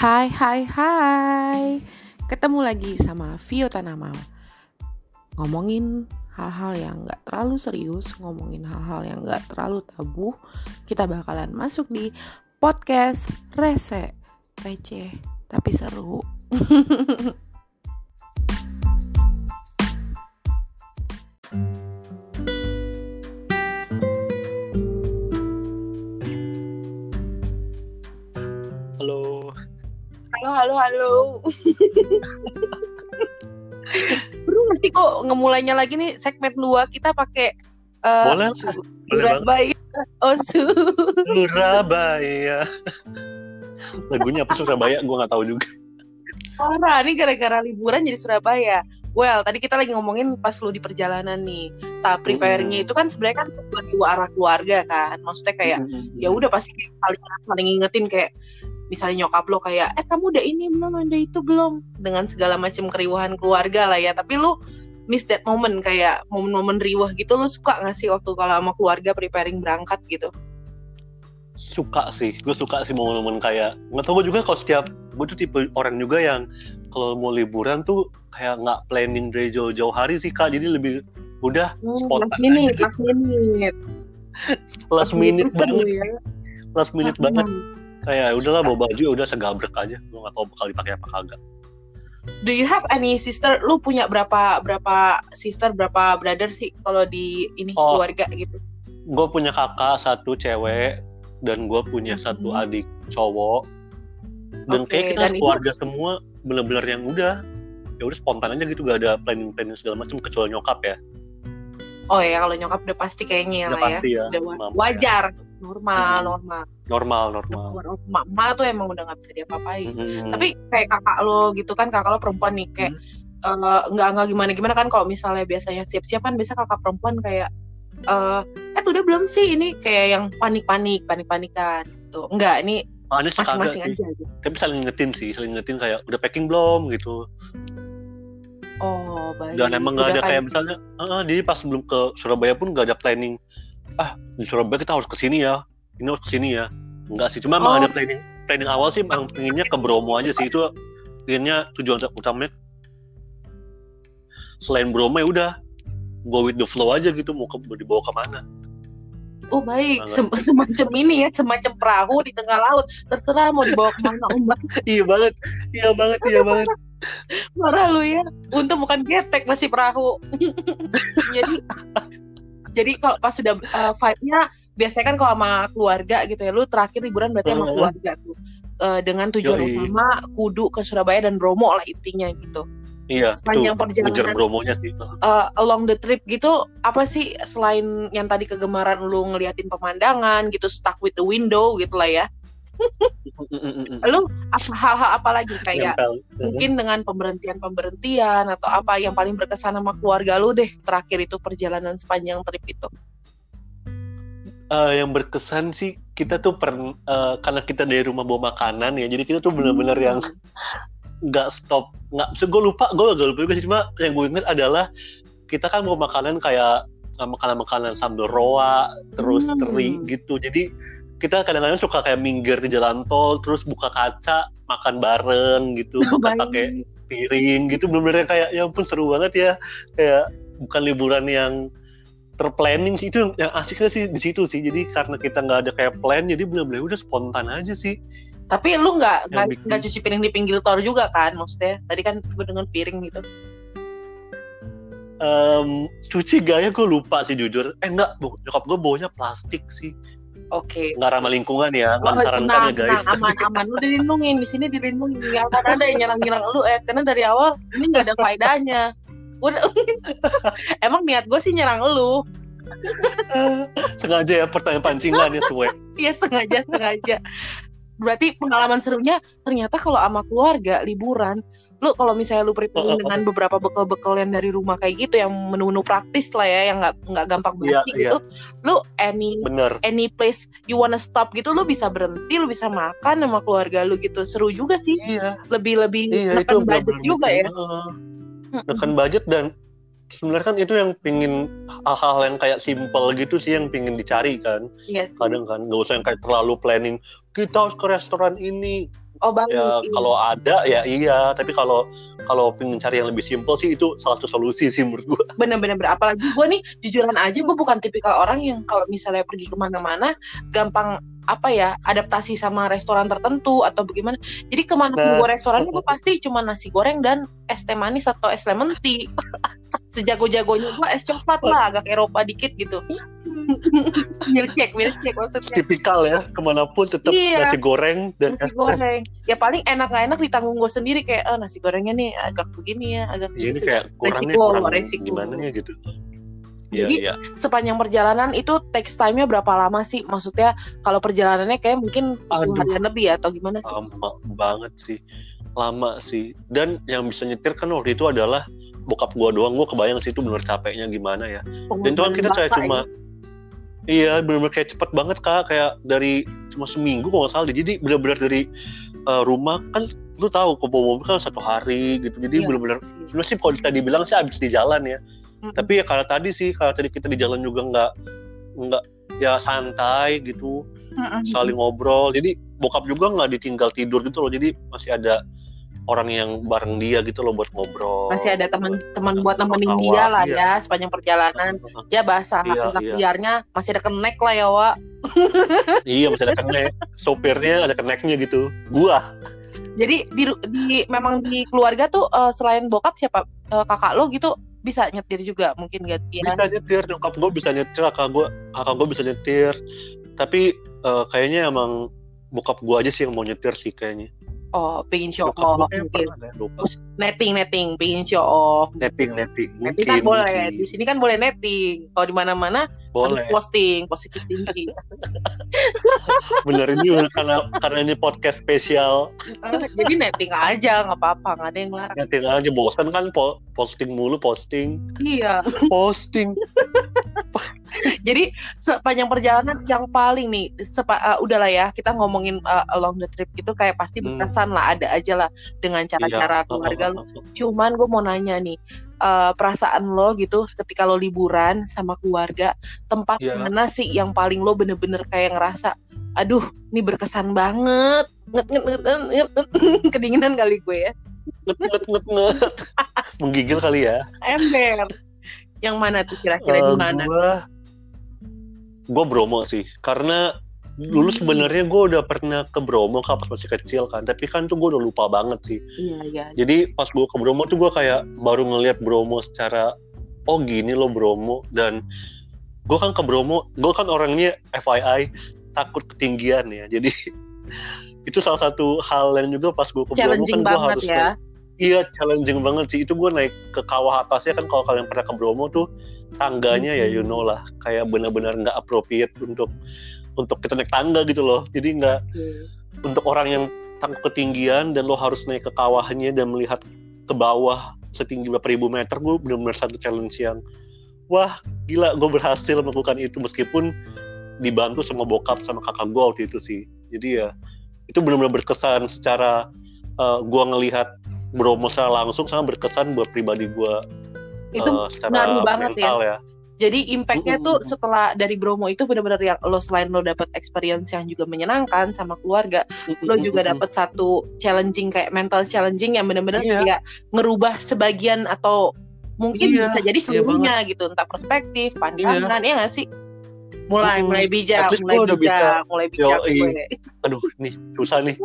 Hai, hai, hai. Ketemu lagi sama Vio Tanamal. Ngomongin hal-hal yang gak terlalu serius, ngomongin hal-hal yang gak terlalu tabu. Kita bakalan masuk di podcast Rese. Receh, tapi seru. Halo. Perlu nggak sih kok ngemulainya lagi nih segmen 2 kita pakai boleh Surabaya. Surabaya. Lagunya apa Surabaya? Gue nggak tahu juga. Parah, ini gara-gara liburan jadi Surabaya. Well, tadi kita lagi ngomongin pas lu di perjalanan nih. Preparing-nya itu kan sebenarnya kan buat dua arah keluarga kan. Maksudnya kayak ya udah pasti saling ngingetin kayak misalnya nyokap lo kayak kamu udah ini belum, ada itu belum, dengan segala macam keriuhan keluarga lah ya. Tapi lu miss that moment, kayak momen-momen riuh gitu. Lu suka nggak sih waktu kalau sama keluarga preparing berangkat gitu? Suka sih, gue suka sih momen-momen kayak nggak tahu, gue juga kalau setiap gue tuh tipe orang juga yang kalau mau liburan tuh kayak nggak planning dari jauh-jauh hari sih Kak, jadi lebih udah spontan aja. Last minute banget. Kayak udahlah bawa baju udah segabrek aja, gue nggak tahu bakal dipakai apa kagak. Do you have any sister? Lu punya berapa sister, berapa brother sih kalau di ini keluarga gitu? Gue punya kakak satu cewek dan gue punya satu adik cowok. Dan kayak kita keluarga semua bener-bener yang udah spontan aja gitu, gak ada planning segala macam kecuali nyokap ya. Oh ya, kalau nyokap udah pasti kayaknya udah lah pasti ya. Udah wajar. Ya. Normal. Mak tuh emang udah nggak bisa diapa-apain. Tapi kayak kakak lo gitu kan, kakak lo perempuan nih kayak nggak gimana kan kalau misalnya biasanya siap-siap kan biasa kakak perempuan kayak udah belum sih, ini kayak yang panik-panikan gitu. Enggak, ini masing-masing aja gitu. Tapi saling ngingetin kayak udah packing belum gitu. Oh, baik. Dan emang nggak ada kayak misalnya, jadi pas sebelum ke Surabaya pun nggak ada planning. Di Surabaya kita harus kesini ya, ini harus kesini ya. Enggak sih, cuma emang ada planning awal sih, emang pengennya ke Bromo aja sih, itu pengennya tujuan utamanya. Selain Bromo ya udah go with the flow aja gitu, mau dibawa kemana. Oh baik, semacam ini ya, semacam perahu di tengah laut, terserah mau dibawa kemana ombak. Iya banget. Marah lu ya, untung bukan getek, masih perahu. Jadi kalau pas sudah vibe-nya, biasanya kan kalau sama keluarga gitu ya, lu terakhir liburan berarti sama keluarga tuh, dengan tujuan utama kudu ke Surabaya dan Bromo lah intinya gitu. Iya, sepanjang perjalanan Bromonya sih. Along the trip gitu, apa sih selain yang tadi kegemaran lu ngeliatin pemandangan gitu, stuck with the window gitu lah ya. Lu hal-hal apa lagi kayak mungkin dengan pemberhentian atau apa yang paling berkesan sama keluarga lu deh terakhir itu perjalanan sepanjang trip itu? Yang berkesan sih kita tuh karena kita dari rumah bawa makanan ya, jadi kita tuh benar-benar yang nggak stop, gue agak lupa juga sih, cuma yang gue inget adalah kita kan bawa makanan kayak makanan sambal roa terus teri gitu, jadi kita kadang-kadang suka kayak minggir di jalan tol terus buka kaca makan bareng gitu, pakai piring gitu, bener-bener kayak ya ampun seru banget ya, kayak bukan liburan yang terplanning sih, itu yang asiknya sih di situ sih. Jadi karena kita nggak ada kayak plan, jadi bener-bener udah spontan aja sih. Tapi lu nggak cuci piring di pinggir tol juga kan, maksudnya tadi kan gue dengan piring gitu. Cuci gaya gue lupa sih jujur. Enggak, nyokap gue bawanya plastik sih. Oke. Nggak ramah lingkungan ya, nggak disarankan ya guys. Aman, lu dilindungin di sini, dilindungin. Ya kan ada yang nyerang lu karena dari awal ini nggak ada faedahnya. Emang niat gue sih nyerang lu. Sengaja ya, pertanyaan pancingan ya suwe. Iya sengaja. Berarti pengalaman serunya ternyata kalau sama keluarga liburan, lu kalau misalnya lu prepare dengan beberapa bekal-bekal yang dari rumah kayak gitu, yang menu-menu praktis lah ya, yang nggak gampang basi gitu. Lu any place you wanna stop gitu, lu bisa berhenti, lu bisa makan sama keluarga lu gitu. Seru juga sih. Iya. Lebih nekan budget juga ya. Nekan budget, dan sebenarnya kan itu yang pingin hal-hal yang kayak simple gitu sih yang pingin dicari kan. Yes. Kadang kan nggak usah yang kayak terlalu planning kita harus ke restoran ini, banget. Ya kalau ada ya iya, tapi kalau pengen cari yang lebih simpel sih itu salah satu solusi sih menurut gue. Bener-bener, apalagi gue nih jujuran aja gue bukan tipikal orang yang kalau misalnya pergi kemana-mana gampang adaptasi sama restoran tertentu atau bagaimana. Jadi kemana pun gue restoran gue pasti cuma nasi goreng dan es teh manis atau es lemon tea. Sejago-jagonya gue es coklat lah, agak Eropa dikit gitu. milkshake maksudnya. Tipikal ya, kemanapun tetap nasi goreng dan nasi goreng. Ya paling enak nggak enak ditanggung gue sendiri, kayak nasi gorengnya nih agak begini ya, agak. Iya, ini kayak resiko. Gimana ya gitu. Jadi sepanjang perjalanan itu takes time-nya berapa lama sih? Maksudnya kalau perjalanannya kayak mungkin 1 harian lebih ya atau gimana sih? Lama banget sih. Lama sih. Dan yang bisa nyetir kan waktu itu adalah bokap gua doang. Gua kebayang sih itu bener capeknya gimana ya. Dan itu kan kita cuma iya bener-bener kayak cepet banget Kak. Kayak dari cuma seminggu kalau nggak salah. Jadi bener-bener dari rumah kan lu tahu ke mobil kan 1 hari gitu. Jadi bener-bener sebenarnya sih kalau tadi bilang sih abis di jalan ya. Tapi ya kalau tadi kita di jalan juga nggak ya santai gitu, saling ngobrol. Jadi bokap juga nggak ditinggal tidur gitu loh. Jadi masih ada orang yang bareng dia gitu loh buat ngobrol. Masih ada teman buat nemenin dia lah ya sepanjang perjalanan. Ya bahasa anak liarnya masih ada connect lah ya Wak. Iya masih ada connect. Sopirnya ada connectnya gitu. Gua. Jadi memang di keluarga tuh selain bokap siapa kakak lo gitu? Bisa nyetir juga mungkin gantian. Bisa nyetir, nyokap gue bisa nyetir, kakak gue bisa nyetir. Tapi kayaknya emang bokap gue aja sih yang mau nyetir sih kayaknya. Oh, pengen show off mungkin. Netting, pengen show off. Netting. Netting kan boleh. Di sini kan boleh netting. Kalau di mana-mana boleh posting, positif tinggi. Bener ini karena ini podcast spesial. Jadi netting aja, nggak apa-apa, nggak ada yang larang. Netting aja, bosan kan posting mulu. Iya. Posting. Jadi sepanjang perjalanan yang paling nih, udahlah ya kita ngomongin along the trip gitu kayak pasti berkesan lah, ada aja lah dengan cara-cara keluarga lo. Cuman gue mau nanya nih, perasaan lo gitu ketika lo liburan sama keluarga, tempat mana sih yang paling lo bener-bener kayak ngerasa aduh ini berkesan banget, kedinginan kali gue ya, menggigil kali ya, ember. Yang mana tuh kira-kira di mana? Gue Bromo sih, karena dulu sebenarnya gue udah pernah ke Bromo pas masih kecil kan, tapi kan tuh gue udah lupa banget sih. Iya. Jadi pas gue ke Bromo tuh gue kayak baru ngeliat Bromo secara gini loh Bromo. Dan gue kan ke Bromo, gue kan orangnya FYI takut ketinggian ya. Jadi itu salah satu hal yang juga pas gue ke Bromo kan gue harus ya. Iya, challenging banget sih. Itu gue naik ke kawah atasnya kan, kalau kalian pernah ke Bromo tuh tangganya ya you know lah, kayak benar-benar nggak appropriate untuk kita naik tangga gitu loh. Jadi nggak untuk orang yang takut ketinggian dan lo harus naik ke kawahnya dan melihat ke bawah setinggi berapa ribu meter. Gue benar-benar satu challenge yang wah gila, gue berhasil melakukan itu meskipun dibantu sama bokap sama kakak gue waktu itu sih. Jadi ya itu benar-benar berkesan secara gue ngelihat Bromo secara langsung, sangat berkesan buat pribadi gue. Itu secara banget ya. Jadi impact-nya tuh setelah dari Bromo itu benar-benar yang lo selain lo dapet experience yang juga menyenangkan sama keluarga, lo juga dapet satu challenging kayak mental challenging yang benar-benar kayak ngerubah sebagian atau mungkin bisa jadi seluruhnya gitu, entah perspektif, pandangan, ya nggak sih? Mulai bijak. Aduh, nih susah nih.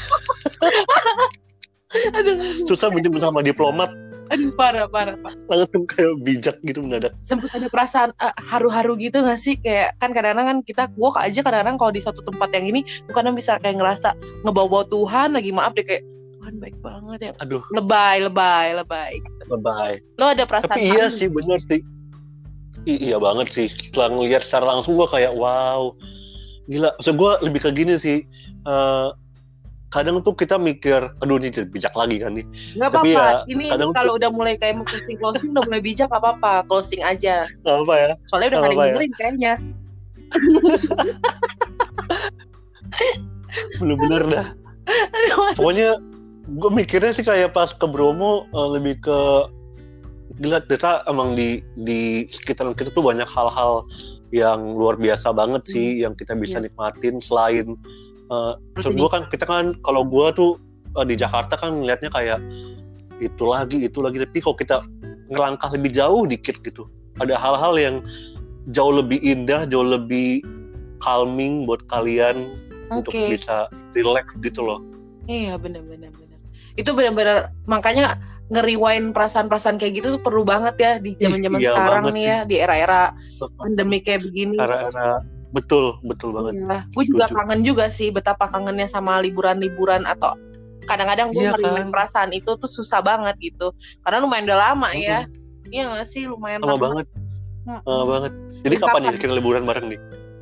Susah menyebut sama diplomat. Aduh parah. Langsung kayak bijak gitu mendadak. Sempet ada perasaan haru-haru gitu nggak sih? Kayak kan kadang-kadang kan gue aja kadang-kadang kalau di suatu tempat yang ini bukan bisa kayak ngerasa ngebawa Tuhan lagi, maaf deh, kayak Tuhan baik banget ya. Aduh. Lebay. Lo ada perasaan? Tapi iya sih, benar sih. Iya banget sih. Setelah ngeliat secara langsung gue kayak wow, gila. Maksud gue lebih ke gini sih. Kadang tuh kita mikir, aduh ini bijak lagi kan nih. Nggak apa-apa, ini kalau udah mulai kayak mau closing udah mulai bijak, gak apa-apa, closing aja. Gak apa ya. Soalnya udah gak ada yang dengerin kayaknya. Bener-bener dah. Pokoknya gue mikirnya sih kayak pas ke Bromo lebih ke gila, ternyata emang di sekitaran kita tuh banyak hal-hal yang luar biasa banget sih yang kita bisa nikmatin selain So gue kan, kita kan, kalau gue tuh di Jakarta kan ngeliatnya kayak itu lagi, tapi kalau kita ngelangkah lebih jauh dikit gitu, ada hal-hal yang jauh lebih indah, jauh lebih calming buat kalian untuk bisa relax gitu loh. Iya, benar. Itu benar-benar, makanya nge-rewind perasaan-perasaan kayak gitu tuh perlu banget ya di zaman-zaman sekarang nih ya, di era-era pandemi kayak begini. Era-era betul banget. Iya. Gue juga kangen juga sih, betapa kangennya sama liburan-liburan, atau kadang-kadang gue nge-rewind perasaan itu tuh susah banget gitu. Karena lumayan udah lama ya. Iya nggak sih, lumayan lama banget. Banget. Jadi kapan nih kita liburan bareng nih?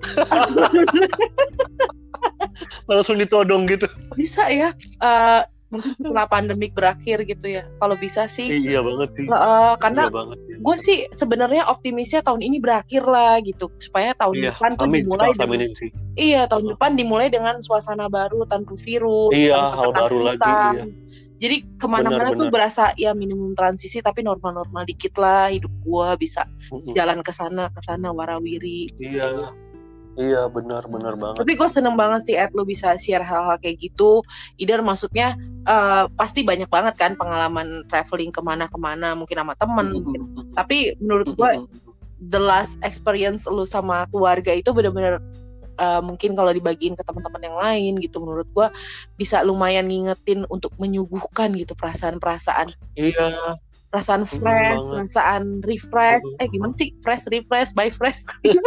Langsung ditodong gitu. Bisa ya. Mungkin setelah pandemik berakhir gitu ya. Kalau bisa sih. Iya banget sih. Karena gue sih sebenarnya optimisnya tahun ini berakhir lah gitu, supaya tahun depan tuh dimulai tahun depan dimulai dengan suasana baru, tanpa virus. Iya, hal baru lagi. Iya. Jadi kemana-mana tuh berasa ya minimum transisi, tapi normal-normal dikit lah hidup gue, bisa jalan ke sana warawiri. Iya, benar banget. Tapi gue seneng banget sih Ed, lo bisa share hal-hal kayak gitu. Either maksudnya pasti banyak banget kan pengalaman traveling kemana-kemana, mungkin sama temen. Tapi menurut gue the last experience lo sama keluarga itu benar-benar mungkin kalau dibagiin ke teman-teman yang lain gitu, menurut gue bisa lumayan ngingetin untuk menyuguhkan gitu perasaan-perasaan. Iya. Perasaan fresh, perasaan refresh. Gimana sih? Fresh, refresh, by fresh.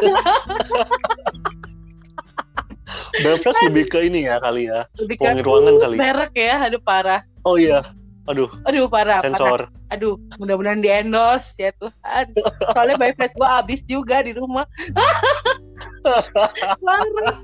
By fresh lebih ke ini ya kali ya. Wangi ruangan kali. Merek ya, aduh parah. Oh iya. Aduh parah. Sensor. Aduh, mudah-mudahan di endorse ya Tuhan. Soalnya by fresh gue habis juga di rumah. Parah.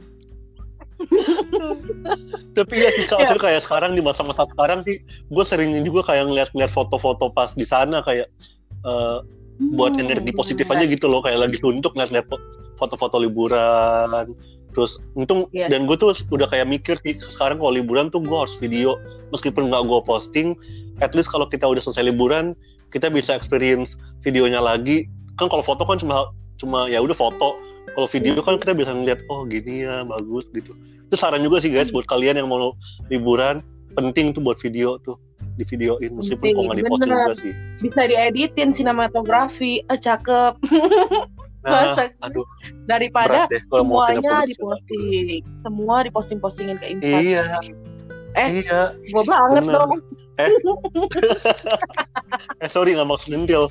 Tapi ya sih Kak, kayak sekarang di masa-masa sekarang sih, gue sering juga kayak ngeliat foto-foto pas di sana kayak buat energi positif aja gitu loh, kayak lagi suntuk ngeliat foto-foto liburan. Terus untung dan gue tuh udah kayak mikir sih, sekarang kalau liburan tuh gue harus video, meskipun nggak gue posting, at least kalau kita udah selesai liburan kita bisa experience videonya lagi. Kan kalau foto kan cuma ya udah foto. Kalau video kan kita bisa ngeliat, oh gini ya, bagus gitu. Itu saran juga sih guys buat kalian yang mau liburan, penting tuh buat video tuh, di videoin meskipun kok nggak diposting juga sih. Bisa dieditin sinematografi, cakep. Aduh. Daripada semuanya diposting, semua diposting-postingin ke Instagram. Iya. Gua banget dong. Sorry nggak maksud nyentil.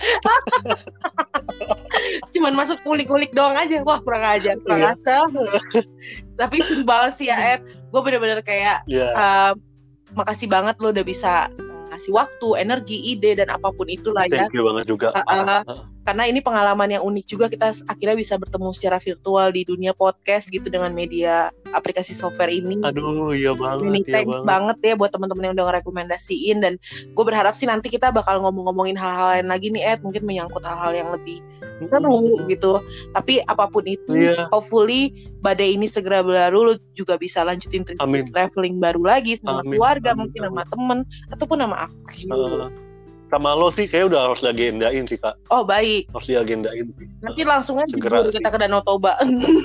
Cuman masuk kulik-kulik doang aja. Wah kurang ajar, kurang asal. Tapi seru banget sih ya Ed. Gue bener-bener kayak makasih banget lo udah bisa ngasih waktu, energi, ide dan apapun itulah ya. Thank you banget juga. Karena ini pengalaman yang unik juga, kita akhirnya bisa bertemu secara virtual di dunia podcast gitu dengan media aplikasi software ini. Aduh, iya banget. Thanks banget ya buat teman-teman yang udah ngerekomendasiin, dan gue berharap sih nanti kita bakal ngomongin hal-hal lain lagi nih Ed, mungkin menyangkut hal-hal yang lebih seru gitu. Tapi apapun itu, hopefully badai ini segera berlalu, lu juga bisa lanjutin traveling baru lagi sama keluarga, mungkin sama temen ataupun sama aku. Sama lo sih kayak udah harus diagendain sih Kak. Oh baik. Harus diagendain sih. Nanti langsung aja kita ke Danau Toba.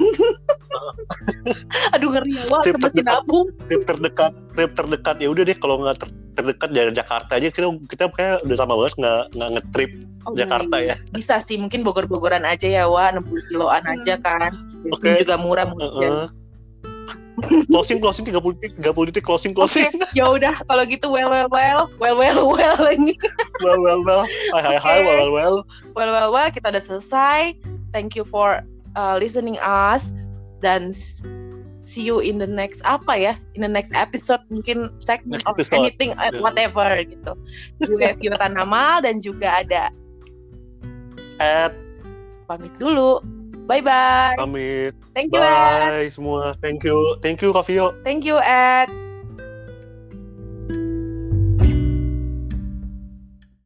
Aduh ngeri banget, masih nabung. Trip terdekat ya udah deh, kalau nggak terdekat dari Jakarta aja, kita kayak udah lama banget nggak ngetrip Jakarta ya. Bisa sih, mungkin Bogor-Bogoran aja ya, 60 kiloan aja kan. Ini juga murah mungkin. Closing 30 detik closing. Ya udah kalau gitu well lagi. Well kita udah selesai. Thank you for listening us, dan see you in the next episode, mungkin segment or anything whatever gitu. Gue Vio Tanamal dan juga ada Ed. Pamit dulu. Bye-bye. Pamit. Thank you, Bye semua. Thank you Kak Vio. Thank you, Ed.